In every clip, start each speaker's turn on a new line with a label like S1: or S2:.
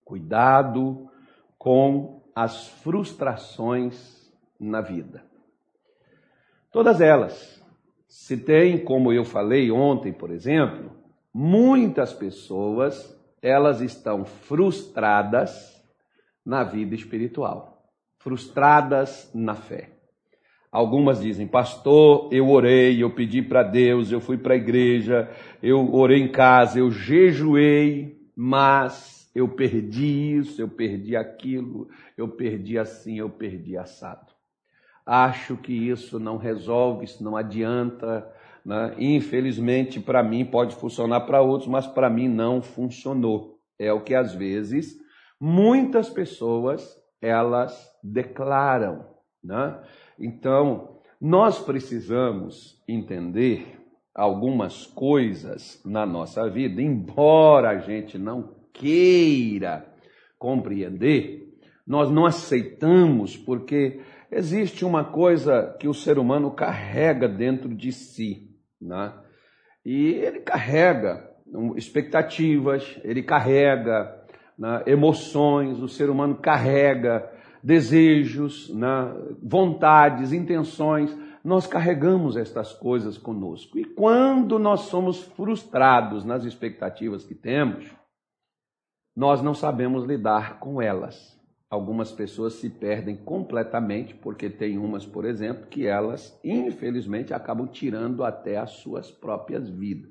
S1: Cuidado com as frustrações na vida. Todas elas. Se tem, como eu falei ontem, por exemplo, muitas pessoas, elas estão frustradas na vida espiritual, frustradas na fé. Algumas dizem, pastor, eu orei, eu pedi para Deus, eu fui para a igreja, eu orei em casa, eu jejuei, mas eu perdi isso, eu perdi aquilo, eu perdi assim, eu perdi assado. Acho que isso não resolve, isso não adianta, né? Infelizmente, para mim pode funcionar para outros, mas para mim não funcionou. É o que às vezes muitas pessoas elas declaram, né? Então, nós precisamos entender algumas coisas na nossa vida, embora a gente não queira compreender, nós não aceitamos porque existe uma coisa que o ser humano carrega dentro de si, né? E ele carrega expectativas, ele carrega, né, emoções, o ser humano carrega desejos, né, vontades, intenções. Nós carregamos estas coisas conosco. E quando nós somos frustrados nas expectativas que temos, nós não sabemos lidar com elas. Algumas pessoas se perdem completamente, porque tem umas, por exemplo, que elas, infelizmente, acabam tirando até as suas próprias vidas.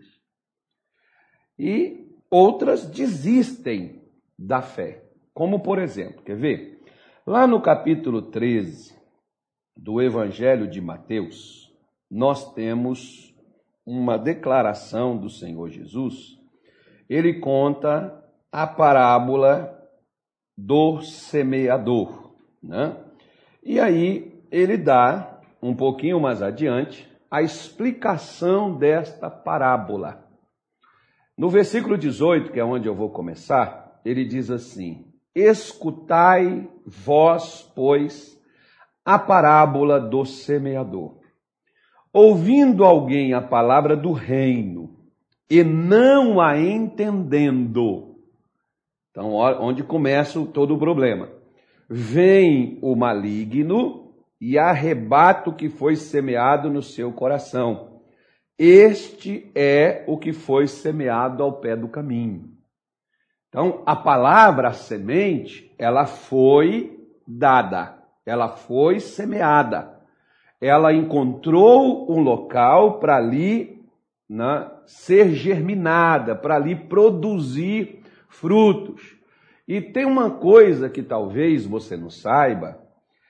S1: E outras desistem da fé. Como, por exemplo, quer ver? Lá no capítulo 13 do Evangelho de Mateus, nós temos uma declaração do Senhor Jesus. Ele conta a parábola do semeador, né? E aí ele dá, um pouquinho mais adiante, a explicação desta parábola. No versículo 18, que é onde eu vou começar, ele diz assim, escutai vós, pois, a parábola do semeador. Ouvindo alguém a palavra do reino e não a entendendo. Então, onde começa todo o problema. Vem o maligno e arrebata o que foi semeado no seu coração. Este é o que foi semeado ao pé do caminho. Então, a palavra, a semente, ela foi dada, ela foi semeada. Ela encontrou um local para ali, né, ser germinada, para ali produzir frutos. E tem uma coisa que talvez você não saiba,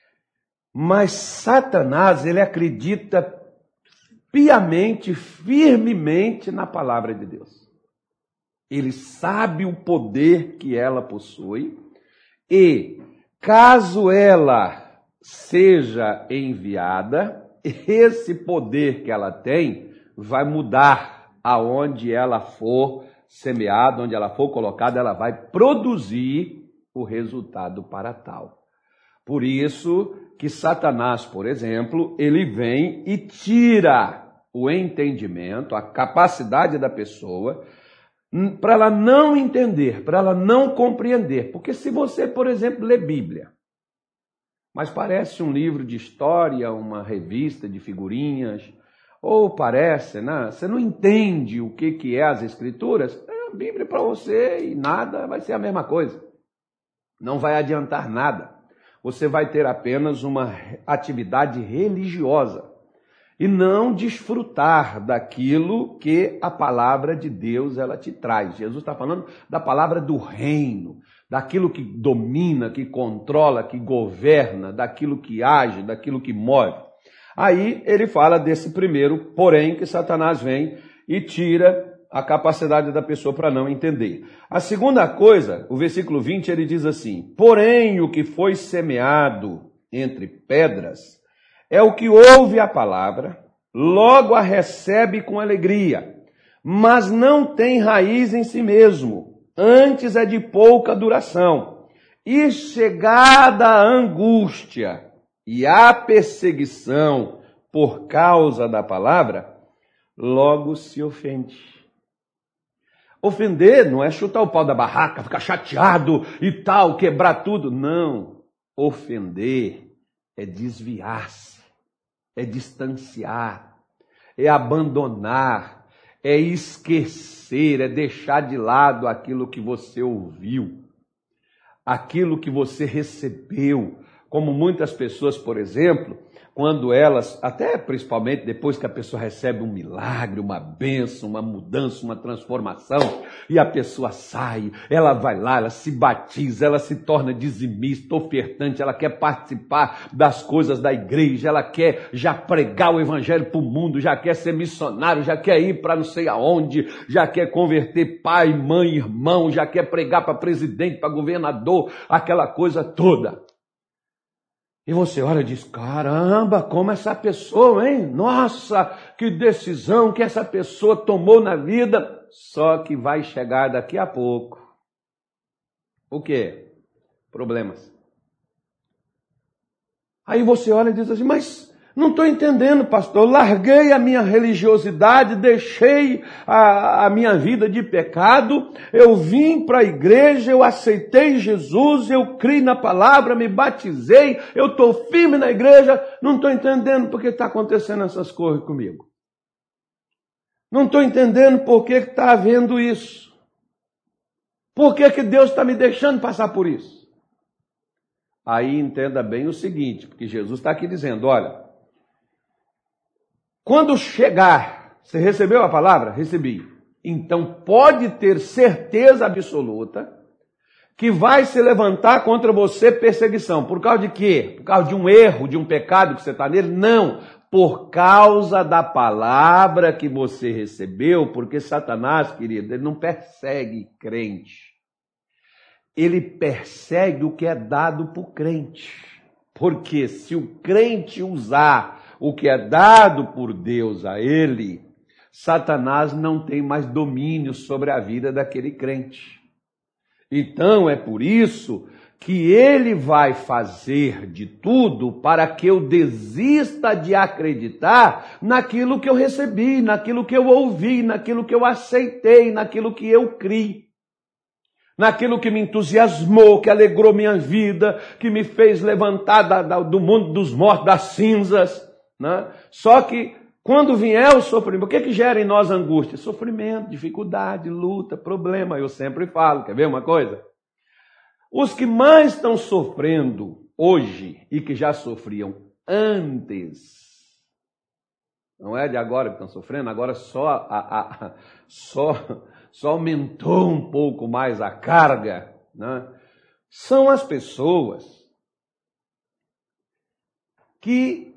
S1: mas Satanás, ele acredita piamente, firmemente na palavra de Deus. Ele sabe o poder que ela possui e, caso ela seja enviada, esse poder que ela tem vai mudar aonde ela for semeada, onde ela for colocada, ela vai produzir o resultado para tal. Por isso que Satanás, por exemplo, ele vem e tira o entendimento, a capacidade da pessoa, para ela não entender, para ela não compreender. Porque se você, por exemplo, lê Bíblia, mas parece um livro de história, uma revista de figurinhas, ou parece, né? Você não entende o que é as Escrituras, a Bíblia para você e nada vai ser a mesma coisa. Não vai adiantar nada. Você vai ter apenas uma atividade religiosa e não desfrutar daquilo que a palavra de Deus ela te traz. Jesus está falando da palavra do reino, daquilo que domina, que controla, que governa, daquilo que age, daquilo que move. Aí ele fala desse primeiro, porém, que Satanás vem e tira a capacidade da pessoa para não entender. A segunda coisa, o versículo 20, ele diz assim, porém o que foi semeado entre pedras é o que ouve a palavra, logo a recebe com alegria, mas não tem raiz em si mesmo, antes é de pouca duração. E chegada a angústia e a perseguição por causa da palavra, logo se ofende. Ofender não é chutar o pau da barraca, ficar chateado e tal, quebrar tudo. Não. Ofender é desviar-se, é distanciar, é abandonar, é esquecer, é deixar de lado aquilo que você ouviu, aquilo que você recebeu. Como muitas pessoas, por exemplo, quando elas, até principalmente depois que a pessoa recebe um milagre, uma bênção, uma mudança, uma transformação, e a pessoa sai, ela vai lá, ela se batiza, ela se torna dizimista, ofertante, ela quer participar das coisas da igreja, ela quer já pregar o evangelho para o mundo, já quer ser missionário, já quer ir para não sei aonde, já quer converter pai, mãe, irmão, já quer pregar para presidente, para governador, aquela coisa toda. E você olha e diz, caramba, como essa pessoa, hein? Nossa, que decisão que essa pessoa tomou na vida. Só que vai chegar daqui a pouco. O quê? Problemas. Aí você olha e diz assim, mas não estou entendendo, pastor. Eu larguei a minha religiosidade, deixei a minha vida de pecado, eu vim para a igreja, eu aceitei Jesus, eu criei na palavra, me batizei, eu estou firme na igreja, não estou entendendo por que está acontecendo essas coisas comigo. Não estou entendendo por que está havendo isso. Por que Deus está me deixando passar por isso? Aí entenda bem o seguinte, porque Jesus está aqui dizendo, olha, quando chegar, você recebeu a palavra? Recebi. Então pode ter certeza absoluta que vai se levantar contra você perseguição. Por causa de quê? Por causa de um erro, de um pecado que você está nele? Não. Por causa da palavra que você recebeu, porque Satanás, querido, ele não persegue crente. Ele persegue o que é dado para o crente. Porque se o crente usar o que é dado por Deus a ele, Satanás não tem mais domínio sobre a vida daquele crente. Então é por isso que ele vai fazer de tudo para que eu desista de acreditar naquilo que eu recebi, naquilo que eu ouvi, naquilo que eu aceitei, naquilo que eu criei. Naquilo que me entusiasmou, que alegrou minha vida, que me fez levantar do mundo dos mortos, das cinzas. Né? Só que quando vier o sofrimento, o que gera em nós angústia? Sofrimento, dificuldade, luta, problema. Eu sempre falo, quer ver uma coisa? Os que mais estão sofrendo hoje e que já sofriam antes, não é de agora que estão sofrendo, agora só aumentou um pouco mais a carga, né? São as pessoas que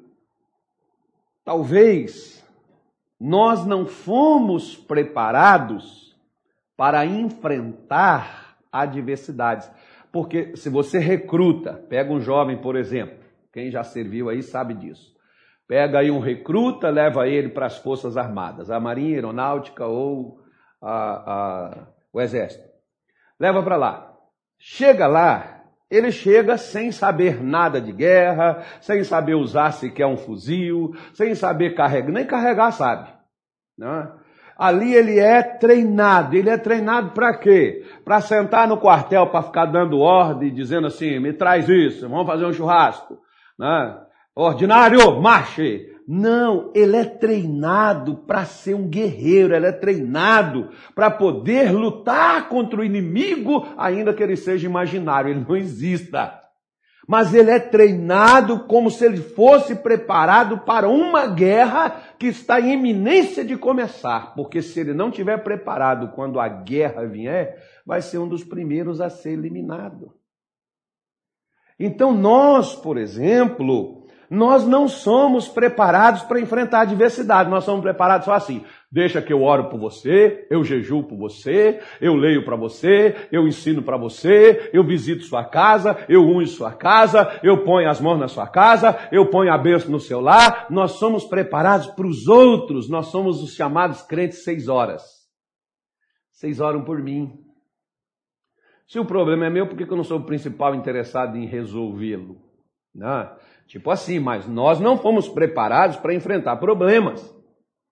S1: talvez nós não fomos preparados para enfrentar adversidades. Porque se você recruta, pega um jovem, por exemplo, quem já serviu aí sabe disso. Pega aí um recruta, leva ele para as Forças Armadas, a Marinha, a Aeronáutica ou o Exército. Leva para lá. Chega lá, ele chega sem saber nada de guerra, sem saber usar sequer um fuzil, sem saber carregar, nem carregar sabe. Né? Ali ele é treinado para quê? Para sentar no quartel, para ficar dando ordem, dizendo assim, me traz isso, vamos fazer um churrasco. Né? Ordinário, marche! Não, ele é treinado para ser um guerreiro, ele é treinado para poder lutar contra o inimigo, ainda que ele seja imaginário, ele não exista. Mas ele é treinado como se ele fosse preparado para uma guerra que está em iminência de começar. Porque se ele não estiver preparado quando a guerra vier, vai ser um dos primeiros a ser eliminado. Então nós, por exemplo, nós não somos preparados para enfrentar a adversidade. Nós somos preparados só assim. Deixa que eu oro por você, eu jejuo por você, eu leio para você, eu ensino para você, eu visito sua casa, eu unjo sua casa, eu ponho as mãos na sua casa, eu ponho a bênção no seu lar. Nós somos preparados para os outros, nós somos os chamados crentes 6 horas. 6 oram por mim. Se o problema é meu, por que eu não sou o principal interessado em resolvê-lo? Tipo assim, mas nós não fomos preparados para enfrentar problemas.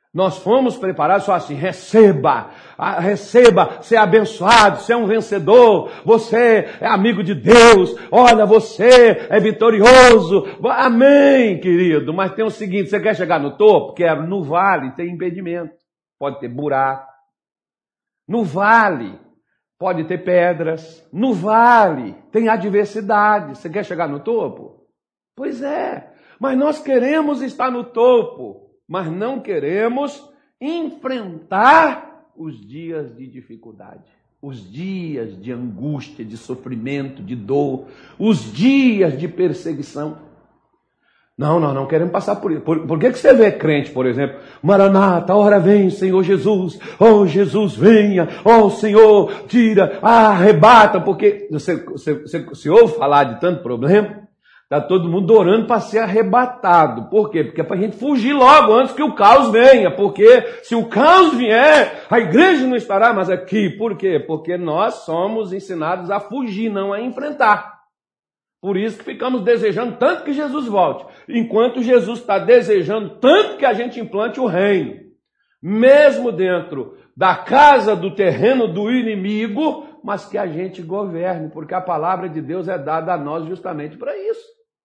S1: Nós fomos preparados só assim, receba, ser abençoado, você é um vencedor, você é amigo de Deus, olha, você é vitorioso, amém, querido. Mas tem o seguinte, você quer chegar no topo? Quero. No vale tem impedimento, pode ter buraco, no vale pode ter pedras, no vale tem adversidade. Você quer chegar no topo? Pois é, mas nós queremos estar no topo, mas não queremos enfrentar os dias de dificuldade, os dias de angústia, de sofrimento, de dor, os dias de perseguição. Não, nós não queremos passar por isso. Por que você vê crente, por exemplo, Maranata, ora vem, Senhor Jesus, oh Jesus, venha, oh Senhor, tira, arrebata, porque você ouve falar de tanto problema, está todo mundo orando para ser arrebatado. Por quê? Porque é para a gente fugir logo antes que o caos venha. Porque se o caos vier, a igreja não estará mais aqui. Por quê? Porque nós somos ensinados a fugir, não a enfrentar. Por isso que ficamos desejando tanto que Jesus volte. Enquanto Jesus está desejando tanto que a gente implante o reino. Mesmo dentro da casa, do terreno do inimigo, mas que a gente governe. Porque a palavra de Deus é dada a nós justamente para isso.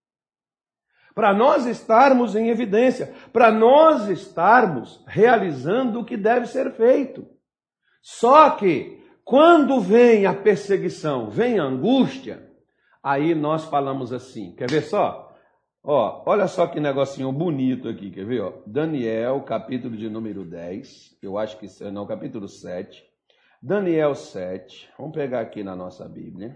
S1: Para nós estarmos em evidência, para nós estarmos realizando o que deve ser feito. Só que, quando vem a perseguição, vem a angústia, aí nós falamos assim, quer ver só? Ó, olha só que negocinho bonito aqui, quer ver? Ó? Daniel, capítulo de número 10, eu acho que não, capítulo 7, Daniel 7, vamos pegar aqui na nossa Bíblia,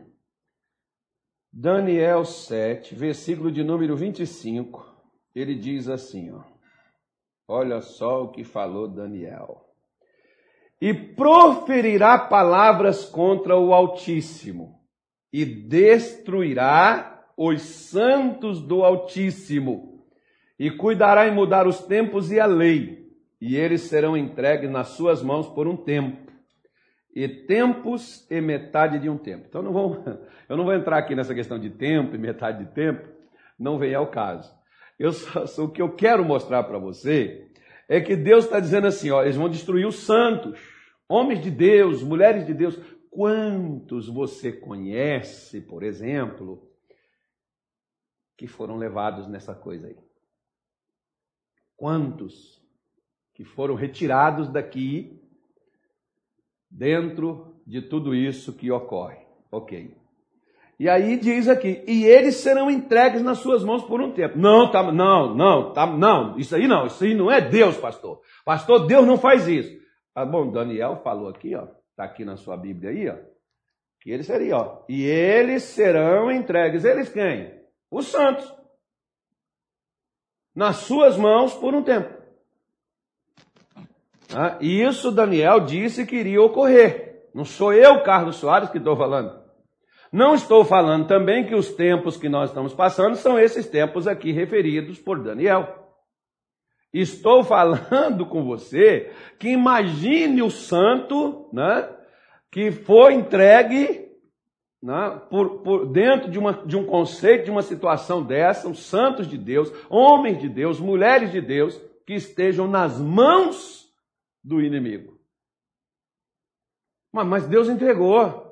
S1: Daniel 7, versículo de número 25, ele diz assim, ó, olha só o que falou Daniel. E proferirá palavras contra o Altíssimo, e destruirá os santos do Altíssimo, e cuidará em mudar os tempos e a lei, e eles serão entregues nas suas mãos por um tempo, e tempos e metade de um tempo. Então eu não vou entrar aqui nessa questão de tempo e metade de tempo, não vem ao caso. O que eu quero mostrar para você é que Deus está dizendo assim, ó, eles vão destruir os santos, homens de Deus, mulheres de Deus. Quantos você conhece, por exemplo, que foram levados nessa coisa aí? Quantos que foram retirados daqui dentro de tudo isso que ocorre? Ok. E aí diz aqui, e eles serão entregues nas suas mãos por um tempo. Não, isso aí não é Deus, pastor. Pastor, Deus não faz isso. Ah, bom, Daniel falou aqui, ó, está aqui na sua Bíblia aí, ó, que eles seriam, ó, e eles serão entregues. Eles quem? Os santos. Nas suas mãos por um tempo. Ah, isso Daniel disse que iria ocorrer. Não sou eu, Carlos Soares, que estou falando. Não estou falando também que os tempos que nós estamos passando são esses tempos aqui referidos por Daniel. Estou falando com você que imagine o santo, né, que foi entregue, né, por dentro de um conceito, de uma situação dessa, os santos de Deus, homens de Deus, mulheres de Deus, que estejam nas mãos do inimigo. Mas Deus entregou.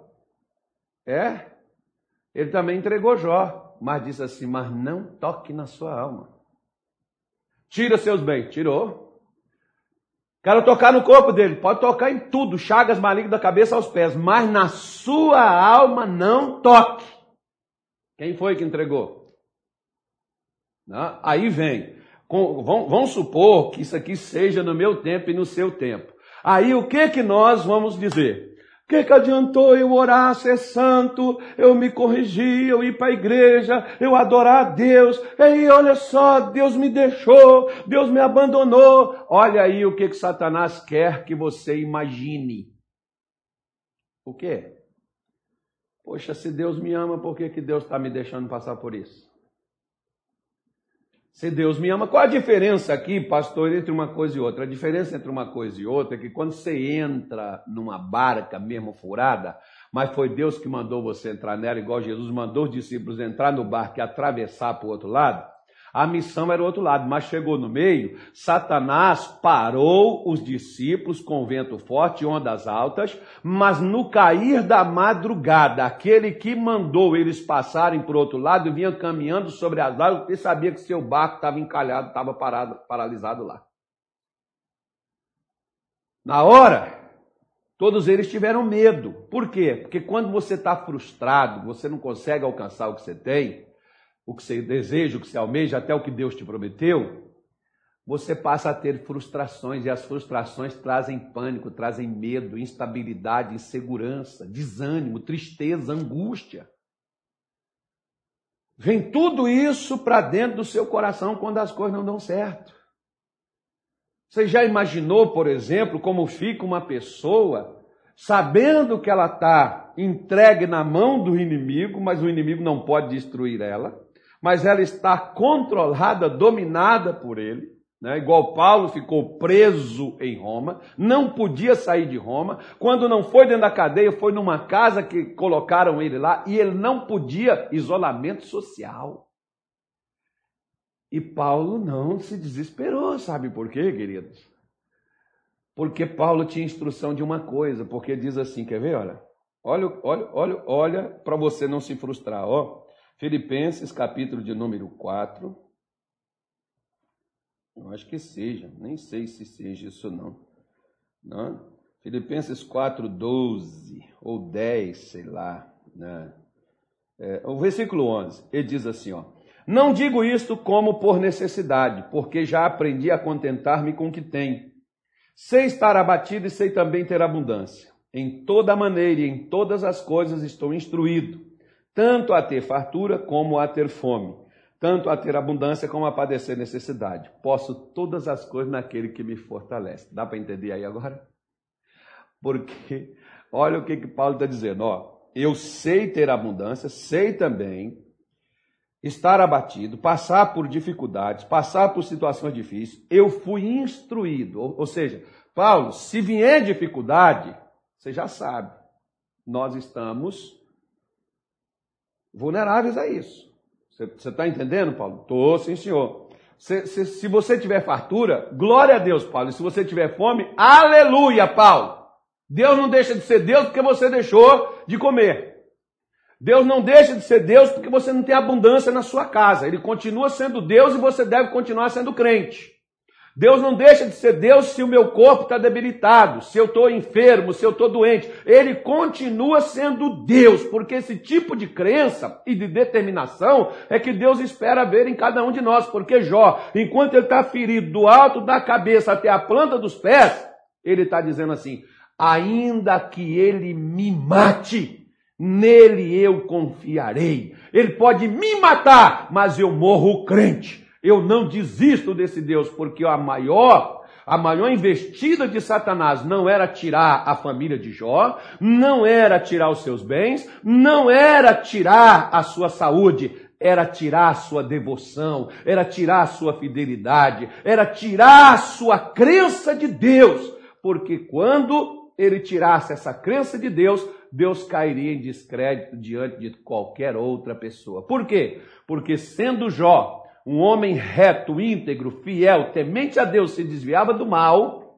S1: Ele também entregou Jó, mas disse assim, mas não toque na sua alma. Tira seus bens. Tirou. Quero tocar no corpo dele. Pode tocar em tudo, chagas malignas da cabeça aos pés, mas na sua alma não toque. Quem foi que entregou? Não? Aí vem. Vamos supor que isso aqui seja no meu tempo e no seu tempo. Aí o que nós vamos dizer? O que adiantou eu orar, ser santo, eu me corrigir, eu ir para a igreja, eu adorar a Deus? Ei, olha só, Deus me deixou, Deus me abandonou. Olha aí o que Satanás quer que você imagine. O quê? Poxa, se Deus me ama, por que Deus está me deixando passar por isso? Se Deus me ama, qual a diferença aqui, pastor, entre uma coisa e outra? A diferença entre uma coisa e outra é que quando você entra numa barca mesmo furada, mas foi Deus que mandou você entrar nela, igual Jesus mandou os discípulos entrar no barco e atravessar para o outro lado, A missão era o outro lado, mas chegou no meio, Satanás parou os discípulos com vento forte e ondas altas, mas no cair da madrugada, aquele que mandou eles passarem para o outro lado vinha caminhando sobre as águas, porque sabia que seu barco estava encalhado, estava paralisado lá. Na hora, todos eles tiveram medo. Por quê? Porque quando você está frustrado, você não consegue alcançar o que você tem, o que você deseja, o que você almeja, até o que Deus te prometeu, você passa a ter frustrações, e as frustrações trazem pânico, trazem medo, instabilidade, insegurança, desânimo, tristeza, angústia. Vem tudo isso para dentro do seu coração quando as coisas não dão certo. Você já imaginou, por exemplo, como fica uma pessoa sabendo que ela está entregue na mão do inimigo, mas o inimigo não pode destruir ela, mas ela está controlada, dominada por ele, né? Igual Paulo ficou preso em Roma, não podia sair de Roma, quando não foi dentro da cadeia, foi numa casa que colocaram ele lá, e ele não podia, isolamento social. E Paulo não se desesperou, sabe por quê, queridos? Porque Paulo tinha instrução de uma coisa, porque diz assim, quer ver? Olha, para você não se frustrar, ó. Filipenses, capítulo de número 4. Eu acho que seja, nem sei se seja isso não. Filipenses 4, 12 ou 10, sei lá, né? O versículo 11, ele diz assim, ó. Não digo isto como por necessidade, porque já aprendi a contentar-me com o que tenho. Sei estar abatido e sei também ter abundância. Em toda maneira e em todas as coisas estou instruído, tanto a ter fartura como a ter fome, tanto a ter abundância como a padecer necessidade. Posso todas as coisas naquele que me fortalece. Dá para entender aí agora? Porque olha o que Paulo está dizendo. Ó, eu sei ter abundância, sei também estar abatido, passar por dificuldades, passar por situações difíceis. Eu fui instruído. Ou seja, Paulo, se vier dificuldade, você já sabe, nós estamos vulneráveis a isso. Você está entendendo, Paulo? Estou, sim, senhor. Se você tiver fartura, glória a Deus, Paulo. E se você tiver fome, aleluia, Paulo. Deus não deixa de ser Deus porque você deixou de comer. Deus não deixa de ser Deus porque você não tem abundância na sua casa. Ele continua sendo Deus e você deve continuar sendo crente. Deus não deixa de ser Deus se o meu corpo está debilitado, se eu estou enfermo, se eu estou doente. Ele continua sendo Deus, porque esse tipo de crença e de determinação é que Deus espera ver em cada um de nós. Porque Jó, enquanto ele está ferido do alto da cabeça até a planta dos pés, ele está dizendo assim, ainda que ele me mate, nele eu confiarei. Ele pode me matar, mas eu morro crente. Eu não desisto desse Deus, porque a maior investida de Satanás não era tirar a família de Jó, não era tirar os seus bens, não era tirar a sua saúde, era tirar a sua devoção, era tirar a sua fidelidade, era tirar a sua crença de Deus, porque quando ele tirasse essa crença de Deus, Deus cairia em descrédito diante de qualquer outra pessoa. Por quê? Porque sendo Jó um homem reto, íntegro, fiel, temente a Deus, se desviava do mal,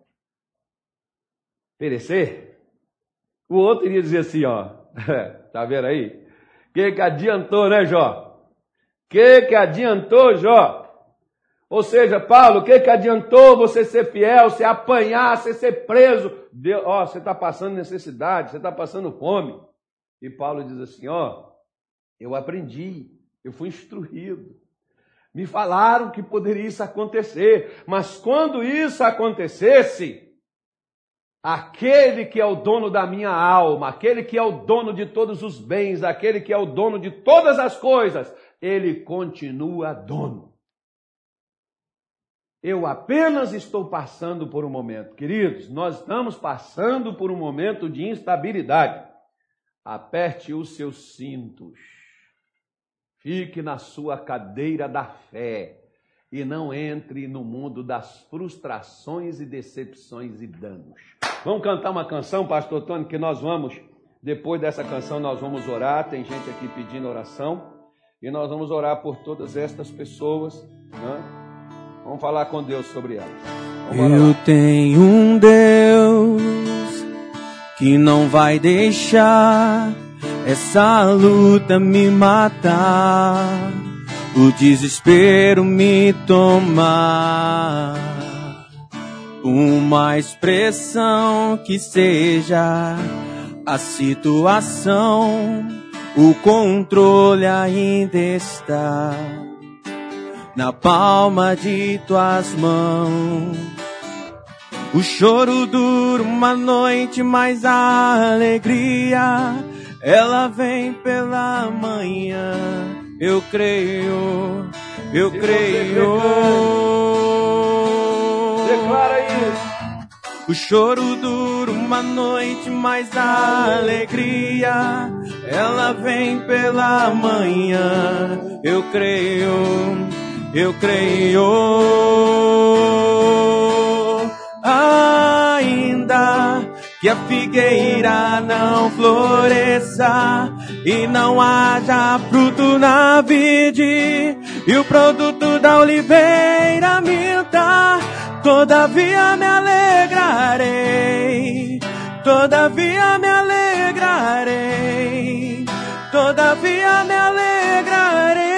S1: perecer, o outro iria dizer assim, ó, tá vendo aí? Que adiantou, né, Jó? Que adiantou, Jó? Ou seja, Paulo, o que adiantou você ser fiel, você apanhar, você ser preso? Deus, ó, você está passando necessidade, você está passando fome. E Paulo diz assim, ó, eu aprendi, eu fui instruído. Me falaram que poderia isso acontecer, mas quando isso acontecesse, aquele que é o dono da minha alma, aquele que é o dono de todos os bens, aquele que é o dono de todas as coisas, ele continua dono. Eu apenas estou passando por um momento. Queridos, nós estamos passando por um momento de instabilidade. Aperte os seus cintos. Fique na sua cadeira da fé. E não entre no mundo das frustrações e decepções e danos. Vamos cantar uma canção, pastor Tony, que nós vamos, depois dessa canção nós vamos orar. Tem gente aqui pedindo oração. e nós vamos orar por todas estas pessoas, né? Vamos falar com Deus sobre elas.
S2: Eu tenho um Deus que não vai deixar essa luta me matar, o desespero me tomar. Uma expressão que seja a situação, o controle ainda está na palma de tuas mãos. O choro dura uma noite, mas a alegria, ela vem pela manhã. Eu creio, eu creio.
S1: Declara isso.
S2: O choro dura uma noite, mas a alegria, ela vem pela manhã. Eu creio, eu creio. Ainda que a figueira não floresça e não haja fruto na vide, e o produto da oliveira minta, todavia me alegrarei, todavia me alegrarei, todavia me alegrarei.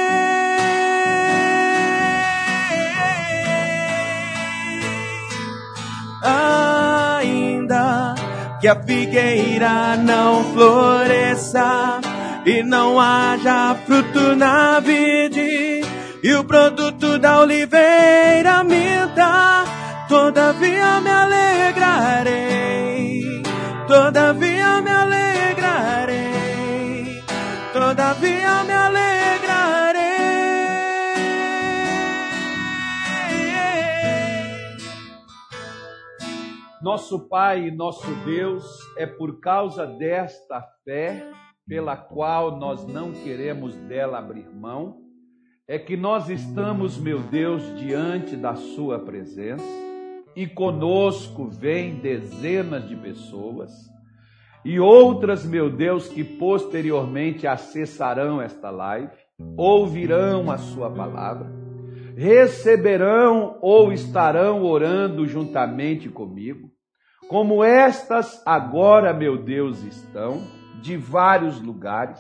S2: Ainda que a figueira não floresça e não haja fruto na vide, e o produto da oliveira minta, todavia me alegrarei, todavia me alegrarei, todavia me alegrarei.
S1: Nosso Pai e nosso Deus, é por causa desta fé, pela qual nós não queremos dela abrir mão, é que nós estamos, meu Deus, diante da sua presença, e conosco vêm dezenas de pessoas, e outras, meu Deus, que posteriormente acessarão esta live, ouvirão a sua palavra, receberão ou estarão orando juntamente comigo, como estas agora, meu Deus, estão, de vários lugares,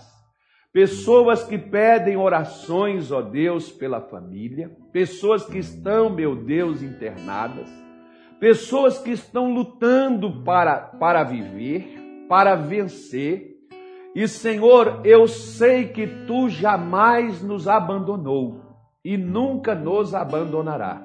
S1: pessoas que pedem orações, ó Deus, pela família, pessoas que estão, meu Deus, internadas, pessoas que estão lutando para viver, para vencer. E, Senhor, eu sei que Tu jamais nos abandonou e nunca nos abandonará.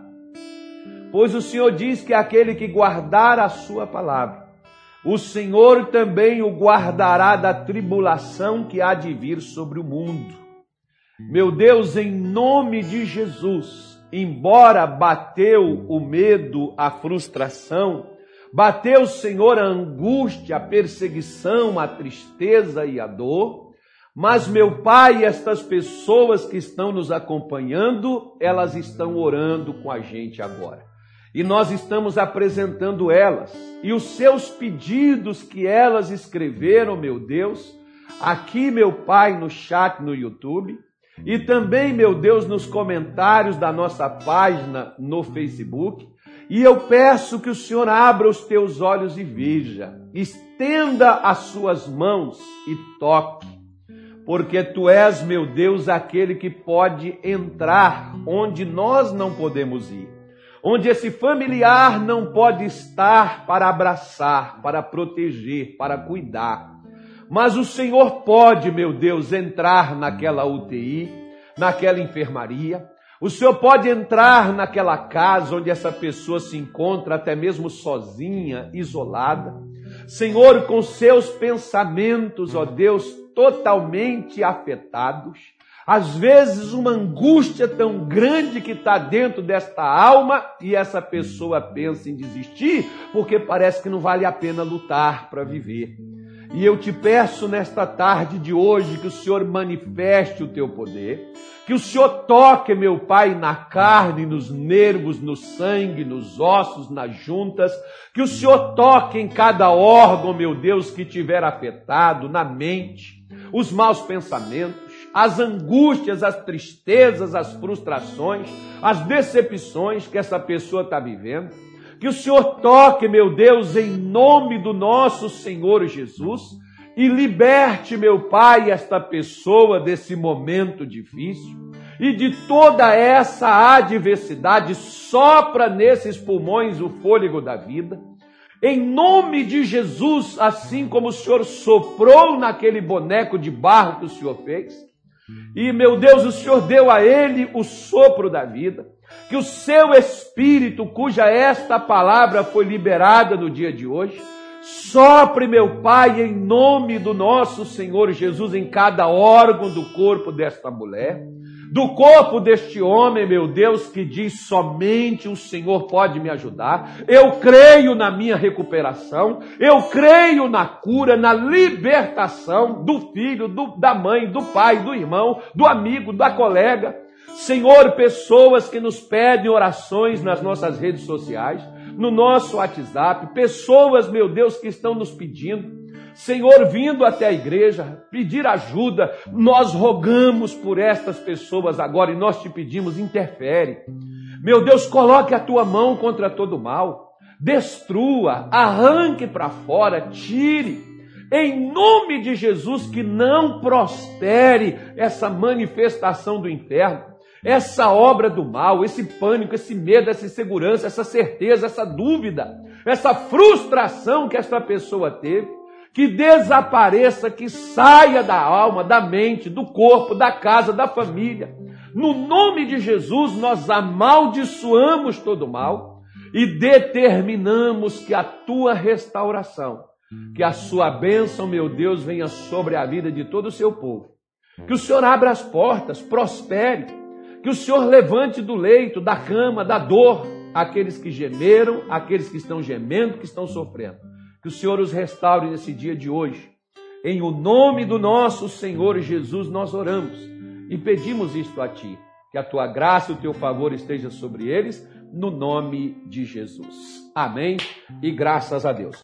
S1: Pois o Senhor diz que aquele que guardar a Sua palavra, o Senhor também o guardará da tribulação que há de vir sobre o mundo. Meu Deus, em nome de Jesus, embora bateu o medo, a frustração, bateu, Senhor, a angústia, a perseguição, a tristeza e a dor, mas, meu Pai, estas pessoas que estão nos acompanhando, elas estão orando com a gente agora. E nós estamos apresentando elas e os seus pedidos que elas escreveram, meu Deus, aqui, meu Pai, no chat no YouTube, e também, meu Deus, nos comentários da nossa página no Facebook. E eu peço que o Senhor abra os teus olhos e veja, estenda as suas mãos e toque, porque Tu és, meu Deus, aquele que pode entrar onde nós não podemos ir, onde esse familiar não pode estar para abraçar, para proteger, para cuidar. Mas o Senhor pode, meu Deus, entrar naquela UTI, naquela enfermaria. O Senhor pode entrar naquela casa onde essa pessoa se encontra, até mesmo sozinha, isolada. Senhor, com seus pensamentos, ó Deus, totalmente afetados. Às vezes uma angústia tão grande que está dentro desta alma e essa pessoa pensa em desistir porque parece que não vale a pena lutar para viver. E eu te peço nesta tarde de hoje que o Senhor manifeste o Teu poder, que o Senhor toque, meu Pai, na carne, nos nervos, no sangue, nos ossos, nas juntas, que o Senhor toque em cada órgão, meu Deus, que tiver afetado, na mente, os maus pensamentos, as angústias, as tristezas, as frustrações, as decepções que essa pessoa está vivendo. Que o Senhor toque, meu Deus, em nome do nosso Senhor Jesus, e liberte, meu Pai, esta pessoa desse momento difícil e de toda essa adversidade. Sopra nesses pulmões o fôlego da vida. Em nome de Jesus, assim como o Senhor soprou naquele boneco de barro que o Senhor fez, e, meu Deus, o Senhor deu a ele o sopro da vida, que o seu Espírito, cuja esta palavra foi liberada no dia de hoje, sopre, meu Pai, em nome do nosso Senhor Jesus, em cada órgão do corpo desta mulher, do corpo deste homem, meu Deus, que diz: somente o Senhor pode me ajudar. Eu creio na minha recuperação, eu creio na cura, na libertação do filho, da mãe, do pai, do irmão, do amigo, da colega. Senhor, pessoas que nos pedem orações nas nossas redes sociais, no nosso WhatsApp, pessoas, meu Deus, que estão nos pedindo, Senhor, vindo até a igreja, pedir ajuda, nós rogamos por estas pessoas agora e nós te pedimos: interfere. Meu Deus, coloque a tua mão contra todo mal, destrua, arranque para fora, tire, em nome de Jesus, que não prospere essa manifestação do inferno, essa obra do mal, esse pânico, esse medo, essa insegurança, essa certeza, essa dúvida, essa frustração que essa pessoa teve. Que desapareça, que saia da alma, da mente, do corpo, da casa, da família. No nome de Jesus, nós amaldiçoamos todo mal e determinamos que a tua restauração, que a sua bênção, meu Deus, venha sobre a vida de todo o seu povo. Que o Senhor abra as portas, prospere. Que o Senhor levante do leito, da cama, da dor, aqueles que gemeram, aqueles que estão gemendo, que estão sofrendo. Que o Senhor os restaure nesse dia de hoje. Em o nome do nosso Senhor Jesus nós oramos e pedimos isto a Ti. Que a Tua graça e o Teu favor esteja sobre eles, no nome de Jesus. Amém e graças a Deus.